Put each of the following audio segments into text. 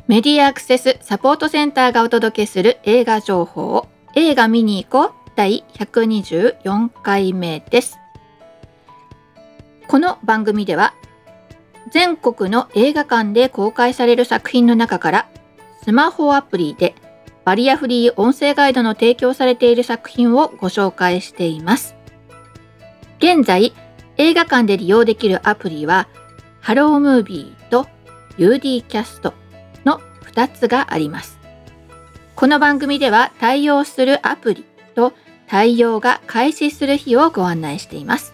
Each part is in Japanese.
メディアアクセスサポートセンターがお届けする映画情報、映画見に行こう第124回目です。この番組では全国の映画館で公開される作品の中からスマホアプリでバリアフリー音声ガイドの提供されている作品をご紹介しています。現在映画館で利用できるアプリはハロームービーと UD キャストの2つがあります。この番組では対応するアプリと対応が開始する日をご案内しています。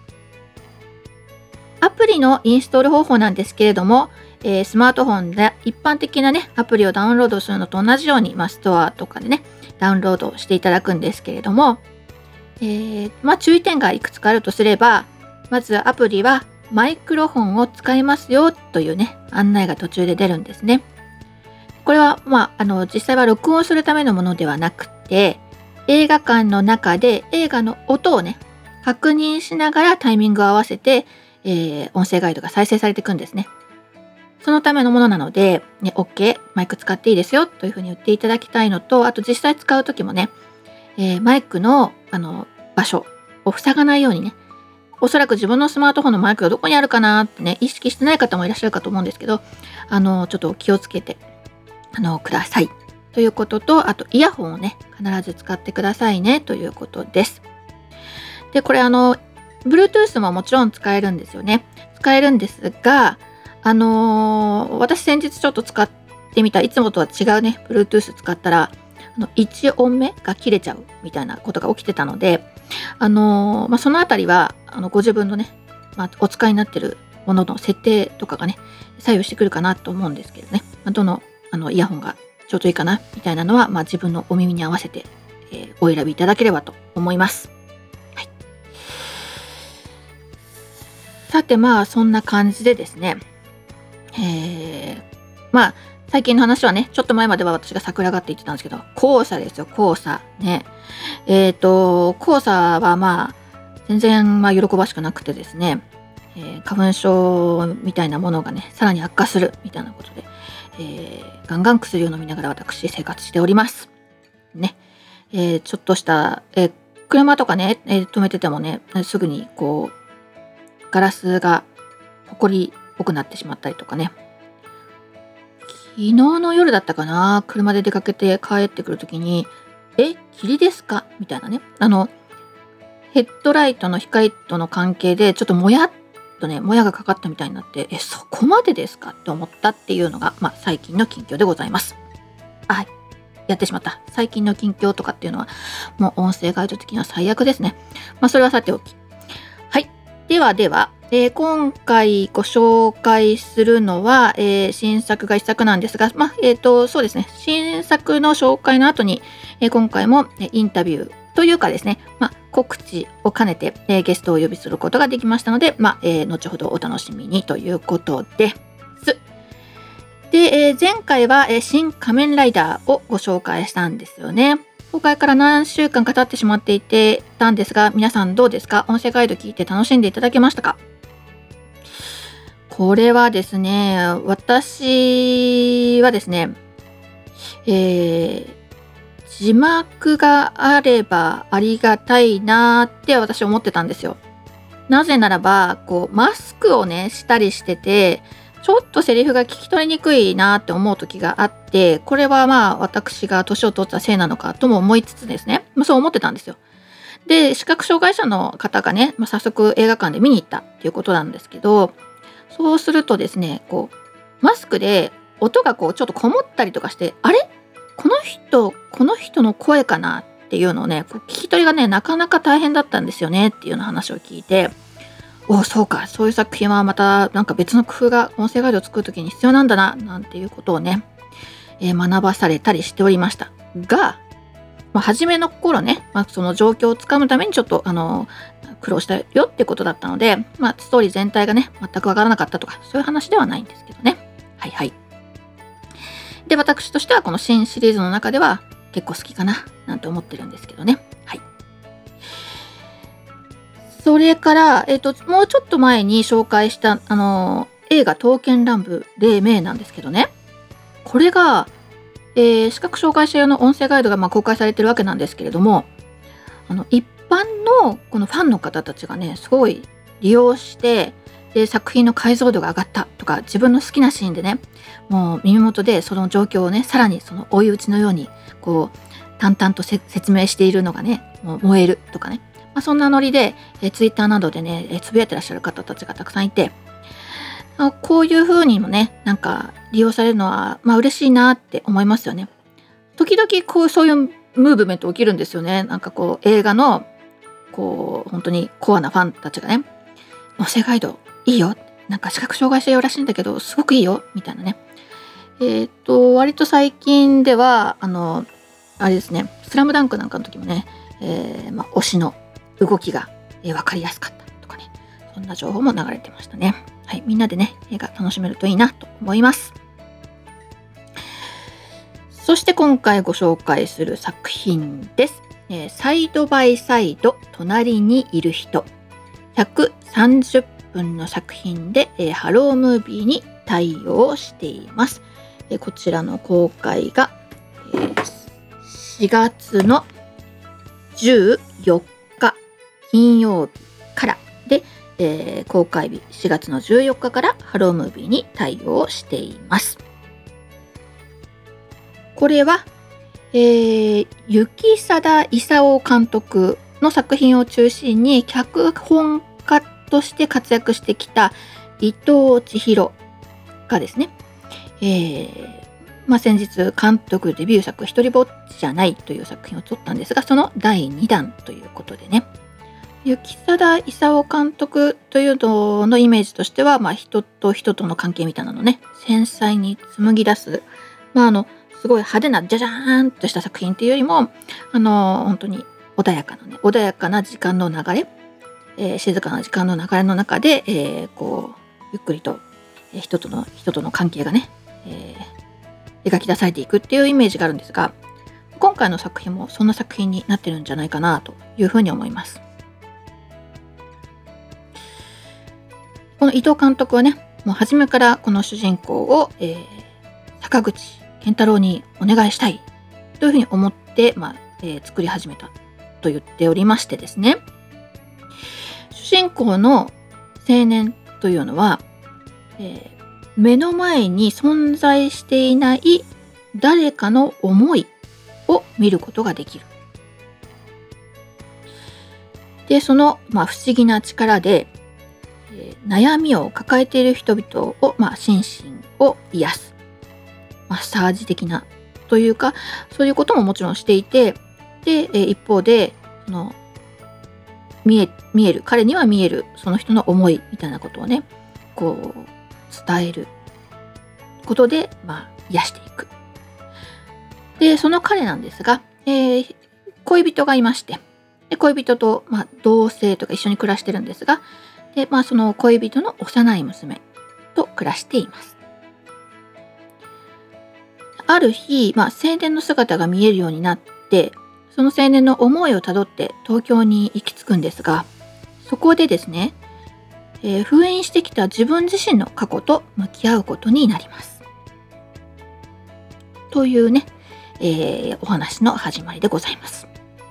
アプリのインストール方法なんですけれども、スマートフォンで一般的なアプリをダウンロードするのと同じように、ストアとかでダウンロードしていただくんですけれども、注意点がいくつかあるとすれば、まずアプリはマイクロフォンを使いますよという案内が途中で出るんですね。これは実際は録音するためのものではなくて、映画館の中で映画の音を確認しながらタイミングを合わせて、音声ガイドが再生されていくんですね。そのためのものなので、OK、マイク使っていいですよというふうに言っていただきたいのと、あと実際使うときもマイクの、場所を塞がないようにおそらく自分のスマートフォンのマイクがどこにあるかなって意識してない方もいらっしゃるかと思うんですけど、ちょっと気をつけてくださいということと、あとイヤホンを必ず使ってくださいねということです。で、これBluetooth ももちろん使えるんですよね。使えるんですが、私先日ちょっと使ってみた、いつもとは違うBluetooth 使ったら1音目が切れちゃうみたいなことが起きてたので、そのあたりはご自分のお使いになってるものの設定とかが左右してくるかなと思うんですけどどのイヤホンがちょうどいいかなみたいなのは、自分のお耳に合わせて、お選びいただければと思います。はい、さてそんな感じでですね、最近の話はちょっと前までは私が桜がって言ってたんですけど、黄砂ですよ、黄砂ね。黄砂は全然喜ばしくなくてですね、花粉症みたいなものがさらに悪化するみたいなことで、ガンガン薬を飲みながら私生活しておりますね。ちょっとした、車とか止めててもすぐにガラスがほこりっぽくなってしまったりとか昨日の夜だったかな、車で出かけて帰ってくるときに霧ですかみたいなヘッドライトの光との関係でちょっともやっともやがかかったみたいになって、そこまでですかって思ったっていうのが、最近の近況でございます。はい、やってしまった。最近の近況とかっていうのはもう音声ガイド的には最悪ですね。それはさておき。はい、では、今回ご紹介するのは、新作が一作なんですが、そうですね、新作の紹介の後に、今回もインタビューというかですね、告知を兼ねて、ゲストをお呼びすることができましたので、後ほどお楽しみにということです。で、前回は、新仮面ライダーをご紹介したんですよね。公開から何週間か経ってしまっていたんですが、皆さんどうですか？音声ガイド聞いて楽しんでいただけましたか？これはですね、私はですね、字幕があればありがたいなって私思ってたんですよ。なぜならばマスクをしたりしてて、ちょっとセリフが聞き取りにくいなって思う時があって、これは私が年を取ったせいなのかとも思いつつですね、そう思ってたんですよ。で、視覚障害者の方が早速映画館で見に行ったっていうことなんですけど、そうするとですね、マスクで音がちょっとこもったりとかして、あれこの人の声かなっていうのを聞き取りがなかなか大変だったんですよねっていうような話を聞いて、そうか、そういう作品はまた別の工夫が音声ガイドを作るときに必要なんだななんていうことを学ばされたりしておりましたが、初めの頃その状況をつかむためにちょっと苦労したよってことだったので、ストーリー全体が全くわからなかったとかそういう話ではないんですけどね。はいはい。で、私としてはこの新シリーズの中では結構好きかななんて思ってるんですけどね。はい。それから、もうちょっと前に紹介した映画刀剣乱舞黎明なんですけどね。 これが、視覚障害者用の音声ガイドが公開されてるわけなんですけれども、一般のこのファンの方たちがね、すごい利用して、で作品の解像度が上がったとか、自分の好きなシーンでね、もう耳元でその状況をね、さらにその追い打ちのようにこう淡々と説明しているのがね、もう燃えるとかね、そんなノリで、ツイッターなどでね、つぶやいてらっしゃる方たちがたくさんいて、こういう風にもね、なんか利用されるのは嬉しいなって思いますよね。時々そういうムーブメント起きるんですよね。なんか映画の本当にコアなファンたちがね、音声ガイドいいよ、なんか視覚障害者用らしいんだけどすごくいいよみたいなね。割と最近ではあれですね、スラムダンクなんかの時もね、推しの動きが分かりやすかったとかね、そんな情報も流れてましたね。はい、みんなでね、映画楽しめるといいなと思います。そして今回ご紹介する作品です。サイドバイサイド隣にいる人、130分の作品で、ハロームービーに対応しています。こちらの公開が、4月の14日金曜日からで、公開日4月の14日からハロームービーに対応しています。これは、雪貞勲監督の作品を中心に脚本家として活躍してきた伊藤千尋がですね、先日監督デビュー作一人ぼっちじゃないという作品を撮ったんですが、その第2弾ということでね、雪貞勲監督というののイメージとしては、人と人との関係みたいなのね、繊細に紡ぎ出す、すごい派手なジャジャーンとした作品っていうよりも、本当に穏やかな時間の流れ、静かな時間の流れの中で、ゆっくりと人との関係がね、描き出されていくっていうイメージがあるんですが、今回の作品もそんな作品になってるんじゃないかなというふうに思います。この伊藤監督はね、もう初めからこの主人公を、坂口健太郎にお願いしたいというふうに思って、作り始めたと言っておりましてですね、主人公の青年というのは、目の前に存在していない誰かの思いを見ることができる。で、その、不思議な力で、悩みを抱えている人々を、心身を癒す。マッサージ的なというか、そういうことももちろんしていて、で、一方でその彼には見えるその人の思いみたいなことをね、伝えることで、癒していく。で、その彼なんですが、恋人がいまして、で恋人と、同棲とか一緒に暮らしてるんですが、で、その恋人の幼い娘と暮らしています。ある日、青年の姿が見えるようになって、その青年の思いをたどって東京に行き着くんですが、そこでですね、封印してきた自分自身の過去と向き合うことになります。というね、お話の始まりでございます。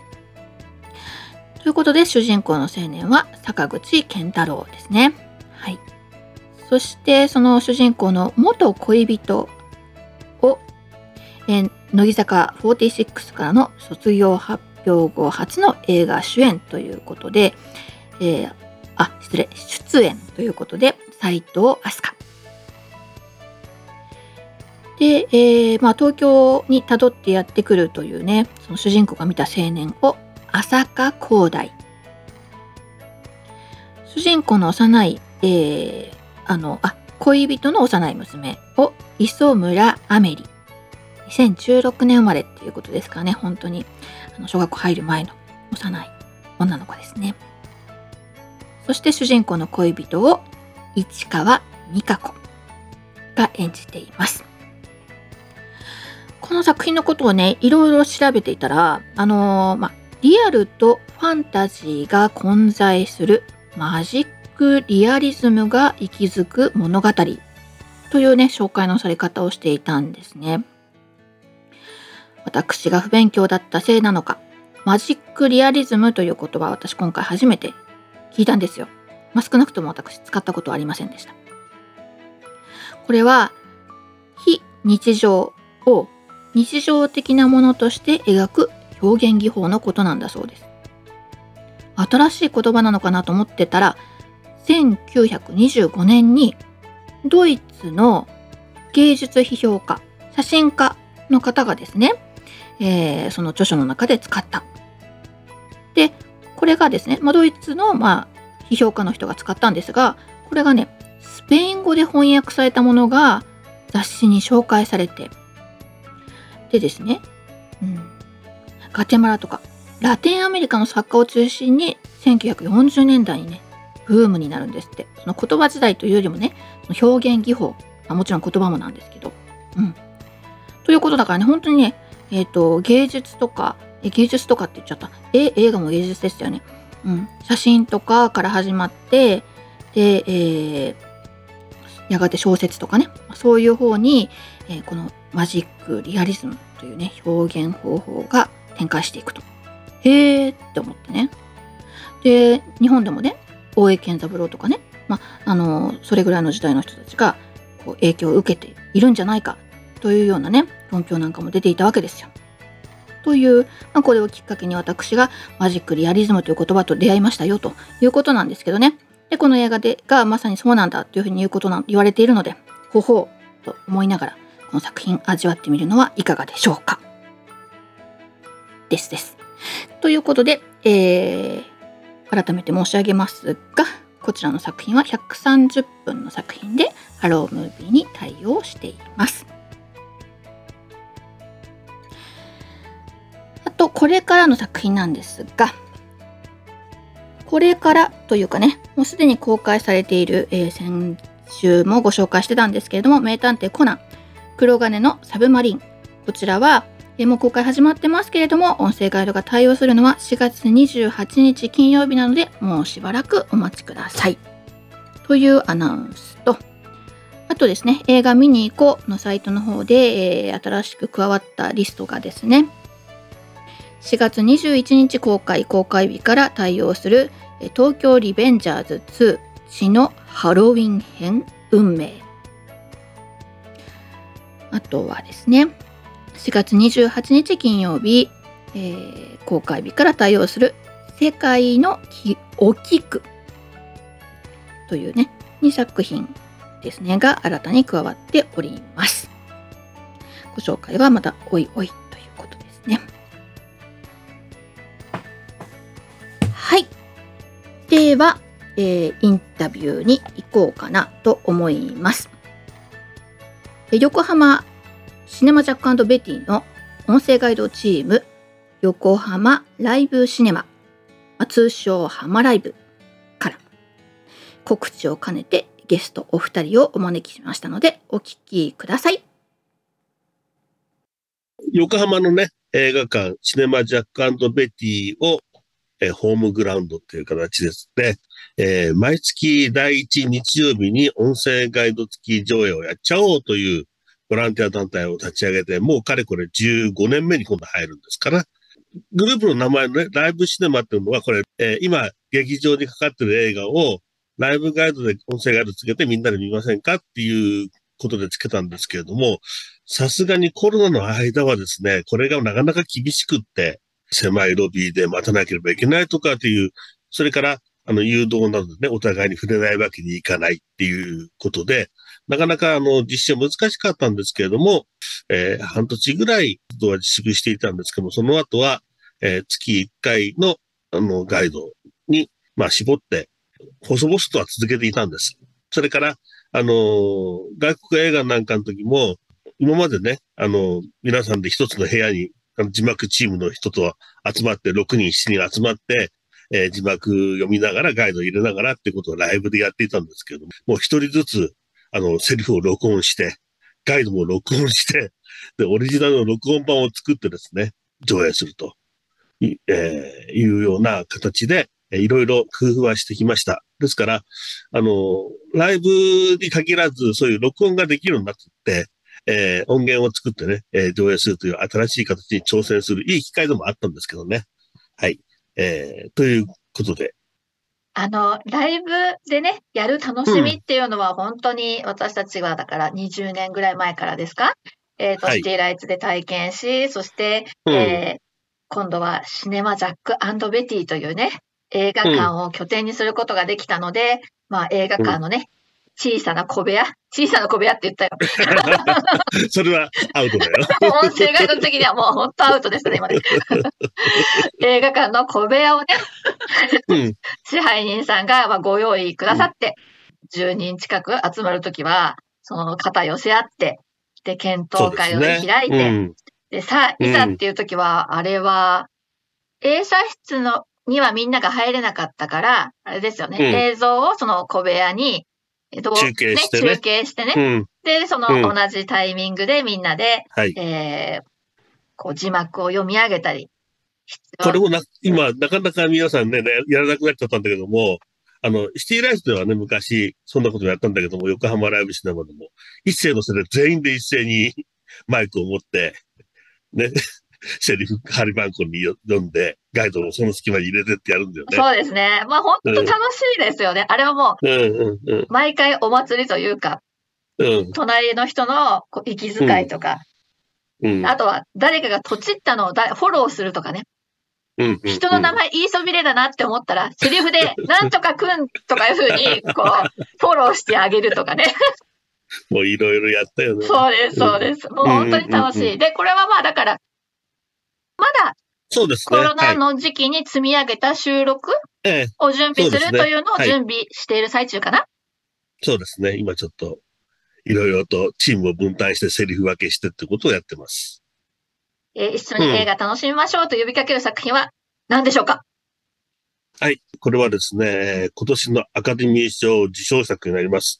ということで、主人公の青年は坂口健太郎ですね。はい。そしてその主人公の元恋人を、乃木坂46からの卒業発表後初の映画主演ということで、出演ということで斉藤飛鳥で、東京にたどってやってくるというね、その主人公が見た青年を浅香光大、主人公の幼い、恋人の幼い娘を磯村アメリ、2016年生まれっていうことですかね。本当に小学校入る前の幼い女の子ですね。そして主人公の恋人を市川美香子が演じています。この作品のことをね、いろいろ調べていたら、リアルとファンタジーが混在するマジックリアリズムが息づく物語というね、紹介のされ方をしていたんですね。私が不勉強だったせいなのか、マジックリアリズムという言葉は私今回初めて聞いたんですよ。少なくとも私使ったことはありませんでした。これは非日常を日常的なものとして描く表現技法のことなんだそうです。新しい言葉なのかなと思ってたら、1925年にドイツの芸術批評家、写真家の方がですね、その著書の中で使った。で、これがですね、ドイツの批評家の人が使ったんですが、これがね、スペイン語で翻訳されたものが雑誌に紹介されて、でですね、ガテマラとかラテンアメリカの作家を中心に1940年代にね、ブームになるんですって。その言葉時代というよりもね、その表現技法、もちろん言葉もなんですけど、ということだからね、本当にね、芸術とかって言っちゃった。映画も芸術ですよね。写真とかから始まって、で、やがて小説とかね、そういう方に、このマジックリアリズムというね、表現方法が展開していくと。へーって思ってね。で、日本でもね、大江健三郎とかね、それぐらいの時代の人たちがこう影響を受けているんじゃないかというようなね、論評なんかも出ていたわけですよ。という、これをきっかけに私がマジックリアリズムという言葉と出会いましたよということなんですけどね。で、この映画がまさにそうなんだというふうに言われているので、ほほうと思いながら、この作品味わってみるのはいかがでしょうか。です。ということで、改めて申し上げますが、こちらの作品は130分の作品でハロームービーに対応しています。あと、これからの作品なんですが、これからというかね、もうすでに公開されている、先週もご紹介してたんですけれども、名探偵コナン、黒金のサブマリン。こちらは、もう公開始まってますけれども、音声ガイドが対応するのは4月28日金曜日なので、もうしばらくお待ちください。というアナウンスと、あとですね、映画見に行こうのサイトの方で、新しく加わったリストがですね、4月21日公開日から対応する東京リベンジャーズ2血のハロウィン編運命。あとはですね、4月28日金曜日、公開日から対応する世界のお菊というね、2作品ですね、が新たに加わっております。ご紹介はまたおいおいということですね。はい。では、インタビューに行こうかなと思います。横浜シネマジャック&ベティの音声ガイドチーム、横浜ライブシネマ、通称ハマライブから告知を兼ねてゲストお二人をお招きしましたので、お聞きください。 横浜のね、映画館シネマジャック&ベティをホームグラウンドっていう形ですね。毎月第1日曜日に音声ガイド付き上映をやっちゃおうというボランティア団体を立ち上げて、もうかれこれ15年目に今度入るんですから、グループの名前のね、ライブシネマっていうのはこれ、今劇場にかかってる映画をライブガイドで音声ガイドつけてみんなで見ませんかっていうことでつけたんですけれども、さすがにコロナの間はですね、これがなかなか厳しくって、狭いロビーで待たなければいけないとかっていう、それから誘導などでね、お互いに触れないわけにいかないっていうことで、なかなか実施は難しかったんですけれども、半年ぐらい活動は自粛していたんですけども、その後は、月1回のガイドに、絞って、細々とは続けていたんです。それから、外国映画なんかの時も、今までね、皆さんで一つの部屋に、字幕チームの人と集まって、6人、7人集まって、字幕読みながら、ガイド入れながらっていうことをライブでやっていたんですけれども、もう一人ずつ、セリフを録音して、ガイドも録音して、で、オリジナルの録音版を作ってですね、上映すると、いうような形で、 いろいろ工夫はしてきました。ですから、ライブに限らず、そういう録音ができるようになって、音源を作ってね、上映するという新しい形に挑戦するいい機会でもあったんですけどね。はい。ということで。 ライブでね、やる楽しみっていうのは本当に私たちはだから20年ぐらい前からですか？ はい。 シティライツで体験し、そして、 うん。 今度はシネマジャック&ベティというね、映画うん。 館を拠点にすることができたので、まあ映画うん。 館のね、小さな小部屋って言ったよ。 それはアウトだよ。 音声ガイド的にはもう本当アウトでしたね、今ね。映画館の小部屋をね、 うん。 支配人さんがご用意くだうん。 さって、10人近く集まるときは、その肩寄せ合って、で、検そう討会をですね。 開いて、 うん。 で、さあ、いざっうん。 ていうときは、あれは、映写室にはみんなが入れなかったから、あれですよね、 うん。 映像をその小部屋に、 中継して中ね。 継してね、 うん。 で、その同うん。 じタイミングでみんなで、 はい。 字幕を読み上げたり、必要、 これも今、なかなか皆さんね、やらなくなっちゃったんだけども、シティライフではね、昔、そんなことやったんだけども、横浜ライブシネマでも、一斉のせで全員で一斉にマイクを持って、ね、セリフ、ハリバンコに読んで、ガイドをその隙間に入れてってやるんだよね。 そうですね。まあ本うん。 当楽しいですよね。あれはもうん、うん、うん。 う、毎回お祭りというか、 うん、 隣の人の息うん、 遣いとか、 うん、 あとは誰かがとちったのをフォローするとかね。 うん、うん、 人の名うん。 前言いそびれだなって思ったら、セリフで、なんとかくんとかいう風に、フォローしてあげるとかね。 もういろいろやったよね。 そうです、 うん、 そうです。もううん、 本当にうん、うん。 楽しい。で、これはまあだから、まだそうですね。 コロナはい。 の時期に積み上げた収録ええ、 を準備するとそうですね。 いうのをはい。 準備している最中かな。 そうですね。今ちょっと、いろいろとチームを分担してセリフ分けしてってことをやってます。 一緒うん。 に映画楽しみましょうと呼びかける作品は何でしょうか？ はい。これはですね、今年のアカデミー賞受賞作になります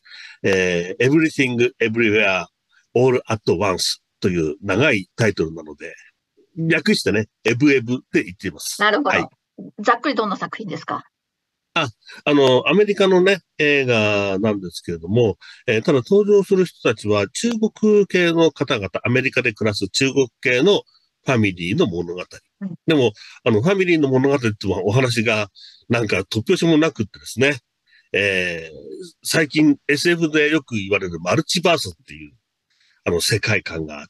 。Everything Everywhere All at Once という長いタイトルなので、略してね、エブエブって言っています。 なるほど。 はい。 ざっくりどんな作品ですか？ あ、アメリカのね、映画なんですけれども、ただ登場する人たちは中国系の方々、アメリカで暮らす中国系のファミリーの物語。 うん、 でも、ファミリーの物語ってお話がなんか突拍子もなくってですね、最近 SF でよく言われるマルチバースっていう世界観があって、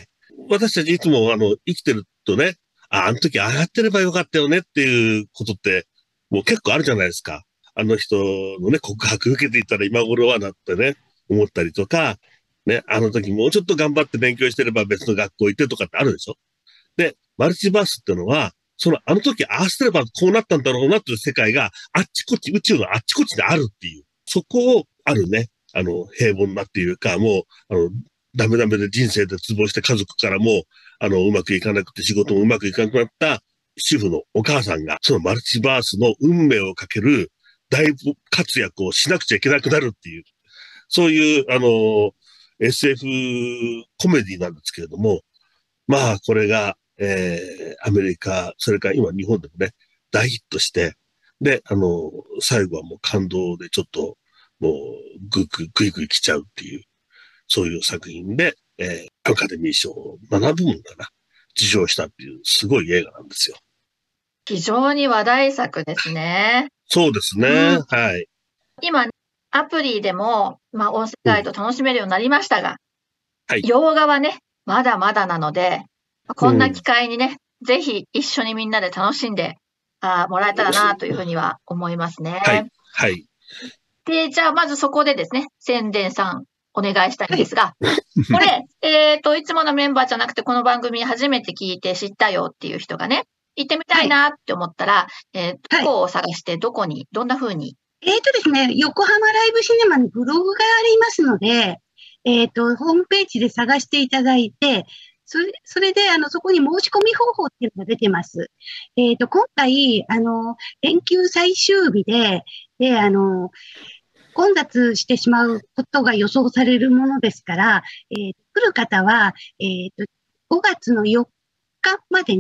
私たちいつも生きてるとね、あの時ああやってればよかったよねっていうことってもう結構あるじゃないですか。あの人のね、告白受けていたら今頃はなってね、思ったりとか、ね、あの時もうちょっと頑張って勉強してれば別の学校行ってとかってあるでしょ。で、マルチバースっていうのは、あの時ああすればこうなったんだろうなっていう世界があっちこっち、宇宙のあっちこっちであるっていう、そこをあるね、平凡なっていうか、もう、ダメダメで人生で絶望して家族からも、うまくいかなくて仕事もうまくいかなくなった主婦のお母さんが、そのマルチバースの運命をかける大活躍をしなくちゃいけなくなるっていう、そういう、SF コメディなんですけれども、まあ、これが、アメリカ、それから今日本でもね、大ヒットして、で、最後はもう感動でちょっと、もう、ぐいぐい来ちゃうっていう、そういう作品で、アカデミー賞7部門かな、受賞したっていう、すごい映画なんですよ。 非常に話題作ですね。 そうですね。 うん。 はい。 今、アプリでも、音声うん。 ガイド楽しめるようになりましたが、 はい。 洋画はね、まだまだなので、 うこんな機ん。 会にね、ぜひ一緒にみんなで楽しんでもらえたらなというふうには思いますね。 はい。はい。 で、じゃあまずそこでですね、宣伝さんお願いしたいんはい。 ですが、これ、いつものメンバーじゃなくてこの番組初めて聞いて知ったよっていう人がね、行ってみたはい。 いなって思ったら、どはい。 こを探してどんな風に。 ですね、横浜ライブシネマにブログがありますので、ホームページで探していただいて、それで、そこに申し込み方法っていうのが出てます。今回、連休最終日で、混雑してしまうことが予想されるものですから、来る方は、5月の4日までに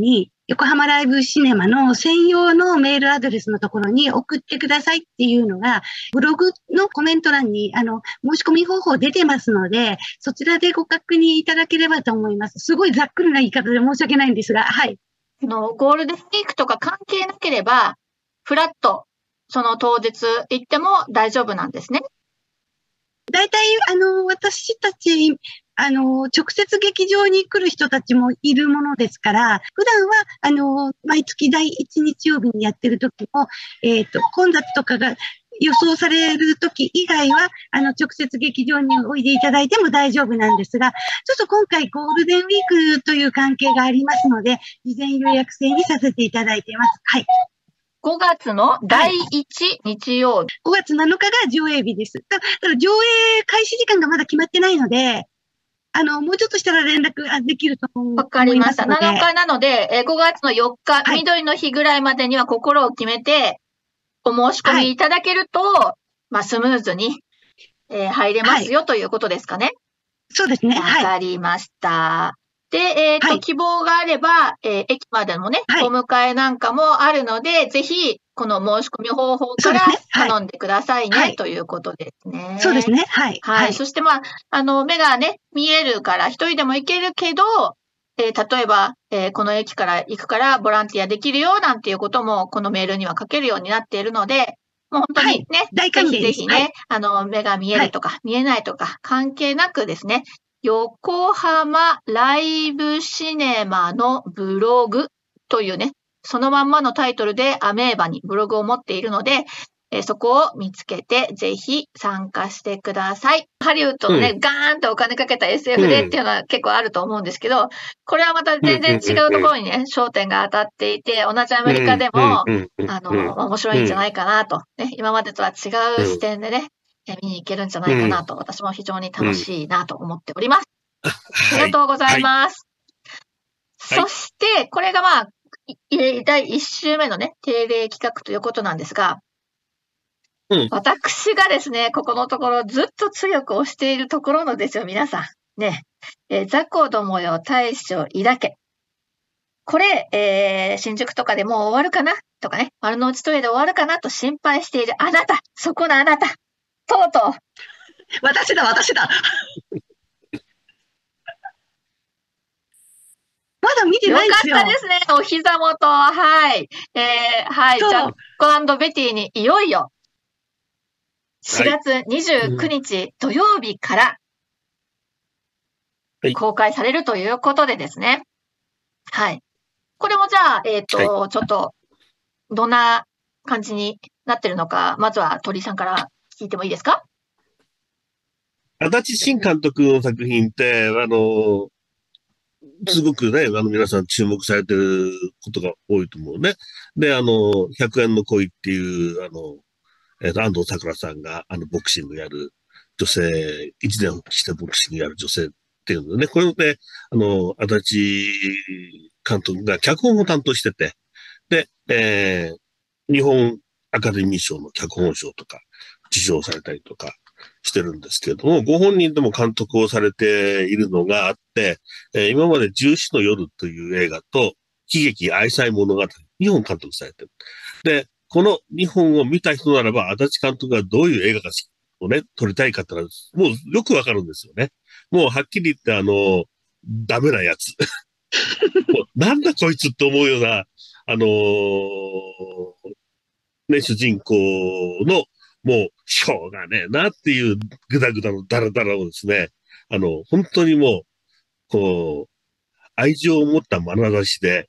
横浜ライブシネマの専用のメールアドレスのところに送ってくださいっていうのが、ブログのコメント欄に、申し込み方法出てますので、そちらでご確認いただければと思います。すごいざっくりな言い方で申し訳ないんですが、はい。 ゴールデンウィークとか関係なければ、フラット、その当日行っても大丈夫なんですね。 大体、私たち、直接劇場に来る人たちもいるものですから、普段は、毎月第1日曜日にやってる時も、混雑とかが予想される時以外は、直接劇場においでいただいても大丈夫なんですが、ちょっと今回ゴールデンウィークという関係がありますので、事前予約制にさせていただいています。はい。 5月の第1日曜日。 5月7日が上映日です。ただ上映開始時間がまだ決まってないので、もうちょっとしたら連絡できると思いますので。 わかりました。7日なので、5月の4日、はい、緑の日ぐらいまでには心を決めて、お申し込みいただけると、スムーズに、入れますよということですかね。 そうですね。 わかりました。で、希望があれば、駅までのね、お迎えなんかもあるので、ぜひ、この申し込み方法から頼んでくださいね、ということですね。 そうですね。はい。 はい。そして、目がね、見えるから、一人でも行けるけど、例えば、この駅から行くからボランティアできるよ、なんていうことも、このメールには書けるようになっているので、もう本当にね、ぜひね、目が見えるとか、見えないとか、関係なくですね、横浜ライブシネマのブログというね、そのまんまのタイトルでアメーバにブログを持っているので、そこを見つけてぜひ参加してください。ハリウッドのね、ガーンとお金かけた SF でっていうのは結構あると思うんですけど、これはまた全然違うところにね、焦点が当たっていて、同じアメリカでも、面白いんじゃないかなと、ね、今までとは違う視点でね、見に行けるんじゃないかなと、私も非常に楽しいなと思っております。ありがとうございます。そして、これが第1週目のね、定例企画ということなんですが、私がですね、ここのところずっと強く推しているところのですよ、皆さん。ね。雑魚どもよ、大将抱け。これ、新宿とかでもう終わるかなとかね、丸の内トイレで終わるかなと心配しているあなた、そこのあなた。とうとう。 私だ。まだ見てないんですよ。 よかったですね。お膝元。はい。はい。ジャック&ベティにいよいよ、4月29日土曜日から公開されるということでですね。はい。これもじゃあ、ちょっと、どんな感じになってるのか、まずは鳥居さんから聞いてもいいですか？ 足立慎監督の作品って、すごくね、皆さん注目されてることが多いと思うね。で、100円の恋っていう、安藤サクラさんが、ボクシングやる女性、1年してボクシングやる女性っていうのでね、これで、足立監督が脚本を担当してて、で、日本アカデミー賞の脚本賞とか受賞されたりとかしてるんですけれども、ご本人でも監督をされているのがあって、今まで十四の夜という映画と喜劇愛妻物語、2本監督されてる。で、この2本を見た人ならば、足立監督がどういう映画をね、撮りたいかってのは、もうよくわかるんですよね。もうはっきり言ってダメなやつ。なんだこいつって思うような、ね、主人公の、もう、しょうがねえなっていうぐだぐだのダラダラをですね、本当にもう、こう、愛情を持った眼差しで、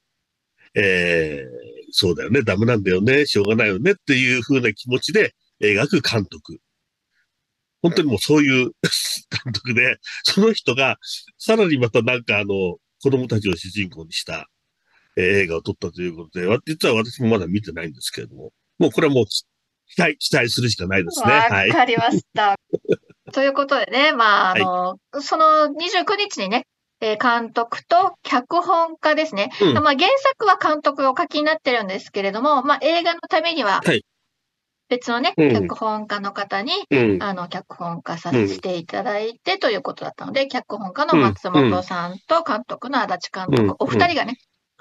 そうだよね、ダメなんだよね、しょうがないよねっていう風な気持ちで描く監督。本当にもうそういう監督で、その人が、さらにまたなんか子供たちを主人公にした、映画を撮ったということで、実は私もまだ見てないんですけれども、もうこれはもう期待するしかないですね。 わかりました。ということでね、その29日にね、監督と脚本家ですね。原作は監督を書きになってるんですけれども、映画のためには、別のね、脚本家の方に、脚本家させていただいてということだったので、脚本家の松本さんと監督の足立監督、お二人がね、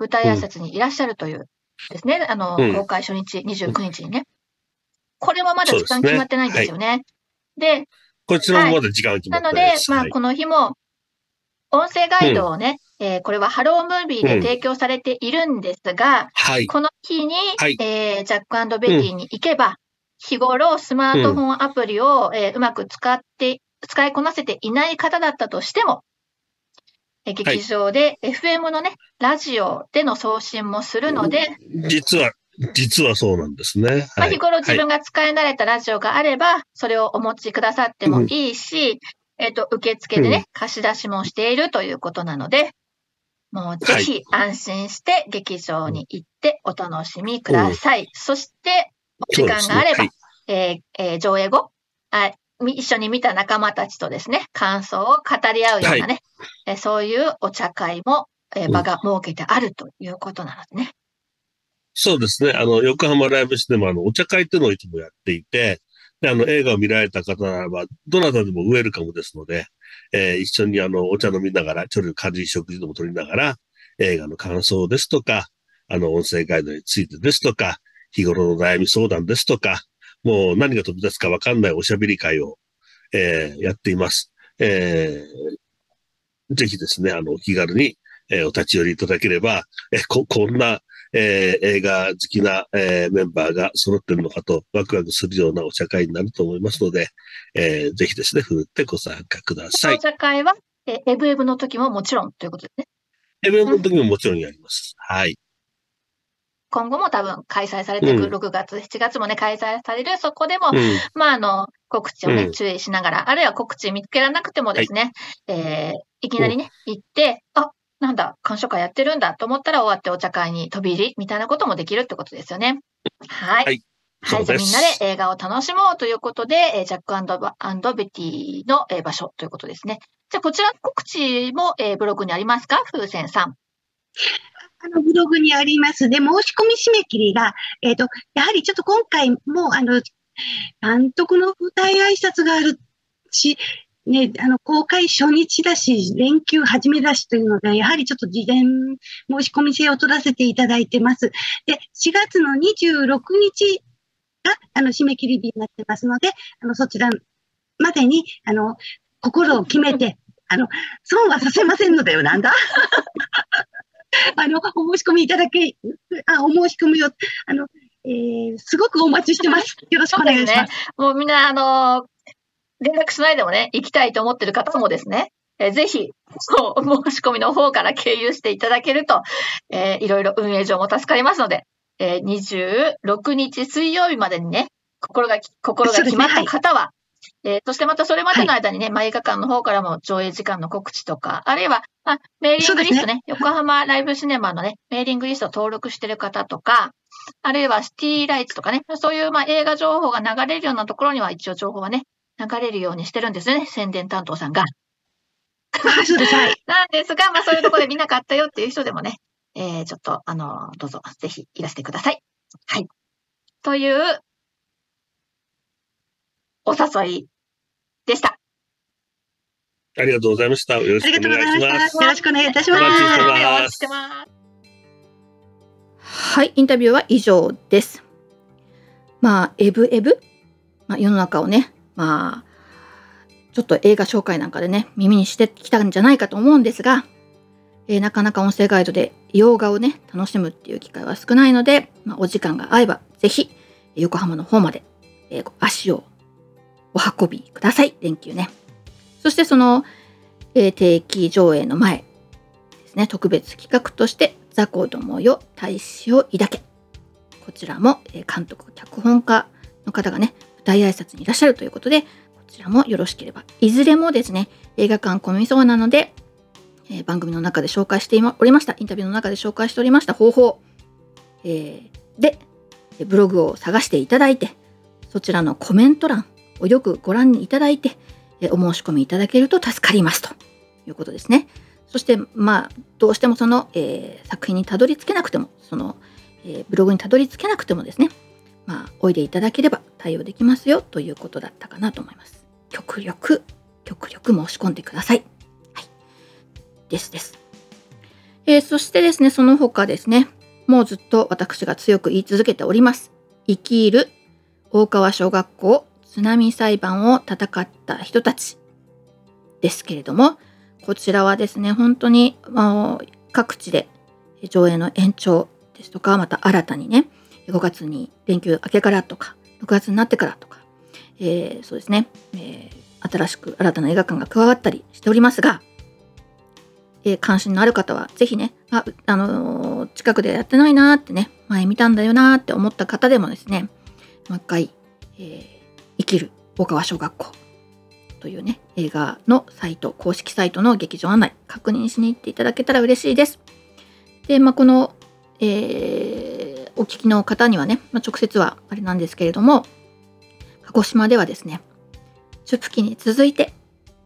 舞台挨拶にいらっしゃるというですね、公開初日29日にね。これもまだ時間決まってないんですよね。で、 こちらもまだ時間決まってないです。 なので、この日も、音声ガイドをね、これはハロームービーで提供されているんですが、この日に、ジャック&ベティに行けば、日頃スマートフォンアプリを、うまく使いこなせていない方だったとしても、劇場で FM のね、ラジオでの送信もするので、 実はそうなんですね。 日頃自分が使い慣れたラジオがあれば、それをお持ちくださってもいいし、受付でね、貸し出しもしているということなので、もうぜひ安心して劇場に行ってお楽しみください。そして、お時間があれば、上映後、一緒に見た仲間たちとですね、感想を語り合うようなね、そういうお茶会も、場が設けてあるということなのでね。 そうですね。横浜ライブシネマのお茶会っていうのをいつもやっていて、で、映画を見られた方ならば、どなたでもウェルカムですので、一緒にお茶飲みながら、ちょっと軽い食事でも取りながら、映画の感想ですとか、音声ガイドについてですとか、日頃の悩み相談ですとか、もう何が飛び出すかわかんないおしゃべり会を、やっています。ぜひですね、お気軽に、お立ち寄りいただければ、こんな、映画好きな、メンバーが揃ってるのかとワクワクするようなお茶会になると思いますので、ぜひですね、ふるってご参加ください。 お茶会は、エブエブの時ももちろんということですね。 エブエブの時ももちろんやります。はい。 今後も多分開催されていく6月、7月もね、開催される、そこでも、告知をね、注意しながら、あるいは告知見つけられなくてもですね、いきなりね、行って、なんだ、鑑賞会やってるんだと思ったら終わってお茶会に飛び入りみたいなこともできるってことですよね。はい。じゃあみんなで映画を楽しもうということで、ジャック&ベティの場所ということですね。じゃあこちらの告知もブログにありますか、風船さん。 ブログにあります。で、申し込み締め切りが、やはりちょっと今回も、監督の舞台挨拶があるし、ね、公開初日だし、連休始めだしというので、やはりちょっと事前申し込み制を取らせていただいてます。で、4月の26日が、締め切り日になってますので、そちらまでに、心を決めて、損はさせませんのだよ、なんだお申し込みいただけ、お申し込みを、すごくお待ちしてます。よろしくお願いします。そうですね。 もうみんな、連絡しないでもね、行きたいと思ってる方もですね、ぜひ、申し込みの方から経由していただけると、いろいろ運営上も助かりますので、26日水曜日までにね、心が決まった方は、そしてまたそれまでの間にね、映画館の方からも上映時間の告知とか、あるいは、メーリングリストね、横浜ライブシネマのね、メーリングリストを登録している方とか、あるいはシティライツとかね、そういう映画情報が流れるようなところには一応情報はね、流れるようにしてるんですよね、宣伝担当さんが。 そうです、はい。 なんですが、そういうところで見なかったよっていう人でもね、ちょっと、どうぞ、ぜひいらしてください。はい。という、お誘いでした。 ありがとうございました。よろしくお願いします。 よろしくお願いいたします。 お待ちしてます。 お待ちしてます。はい、インタビューは以上です。エブエブ、世の中をね、ちょっと映画紹介なんかでね、耳にしてきたんじゃないかと思うんですが、なかなか音声ガイドで洋画をね、楽しむっていう機会は少ないので、お時間が合えば、ぜひ、横浜の方まで、足をお運びください。連休ね。そしてその、定期上映の前ですね、特別企画として、ザコどもよ大志を抱け。こちらも、監督、脚本家の方がね、舞台挨拶にいらっしゃるということで、こちらもよろしければ、いずれもですね、映画館混みそうなので、番組の中で紹介しておりました、インタビューの中で紹介しておりました方法、で、ブログを探していただいて、そちらのコメント欄をよくご覧いただいて、お申し込みいただけると助かりますということですね。そしてどうしてもその、作品にたどり着けなくても、その、ブログにたどり着けなくてもですね、おいでいただければ対応できますよということだったかなと思います。極力申し込んでください。はい。です。 そしてですね、その他ですね、もうずっと私が強く言い続けております。生きる大川小学校津波裁判を戦った人たちですけれども、こちらはですね、本当に各地で上映の延長ですとか、また新たにね、5月に連休明けからとか、6月になってからとか、そうですね、新しく新たな映画館が加わったりしておりますが、関心のある方はぜひね、近くでやってないなーってね、前見たんだよなーって思った方でもですね、もう一回、生きる大川小学校というね、映画のサイト、公式サイトの劇場案内確認しに行っていただけたら嬉しいです。で、この、お聞きの方にはね、直接はあれなんですけれども、鹿児島ではですね、チュプキに続いて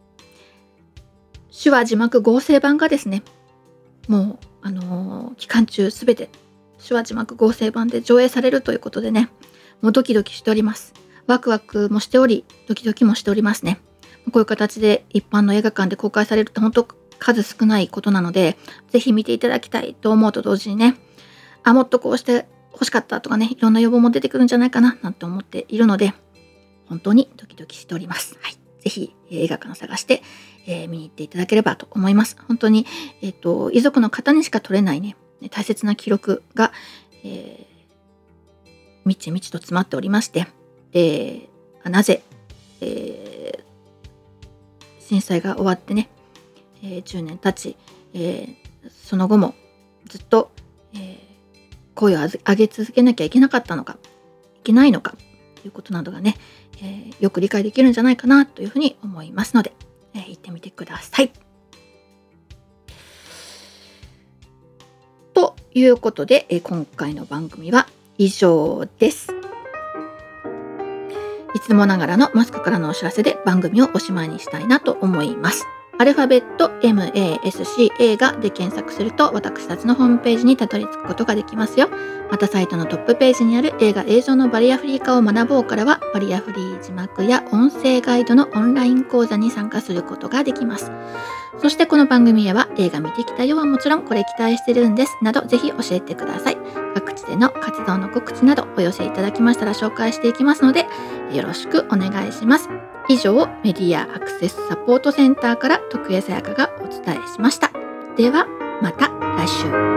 手話字幕合成版がですね、もう期間中すべて手話字幕合成版で上映されるということでね、もうドキドキしております。ワクワクもしており、ドキドキもしておりますね。こういう形で一般の映画館で公開されるって本当数少ないことなので、ぜひ見ていただきたいと思うと同時にね、もっとこうして欲しかったとかね、いろんな要望も出てくるんじゃないかななんて思っているので、本当にドキドキしております。はい、ぜひ映画館を探して、見に行っていただければと思います。本当に、遺族の方にしか撮れないね、大切な記録が、みちみちと詰まっておりまして、なぜ、震災が終わってね、10年経ち、その後もずっと、声を上げ続けなきゃいけなかったのか、いけないのかということなどがね、よく理解できるんじゃないかなというふうに思いますので、行ってみてください。ということで、今回の番組は以上です。いつもながらのマスクからのお知らせで番組をおしまいにしたいなと思います。アルファベット MASC 映画で検索すると私たちのホームページにたどり着くことができますよ。またサイトのトップページにある映画映像のバリアフリー化を学ぼうからはバリアフリー字幕や音声ガイドのオンライン講座に参加することができます。そしてこの番組へは映画見てきたよはもちろんこれ期待してるんですなどぜひ教えてください。各地での活動の告知などお寄せいただきましたら紹介していきますのでよろしくお願いします。以上メディアアクセスサポートセンターから徳江さやかがお伝えしました。ではまた来週。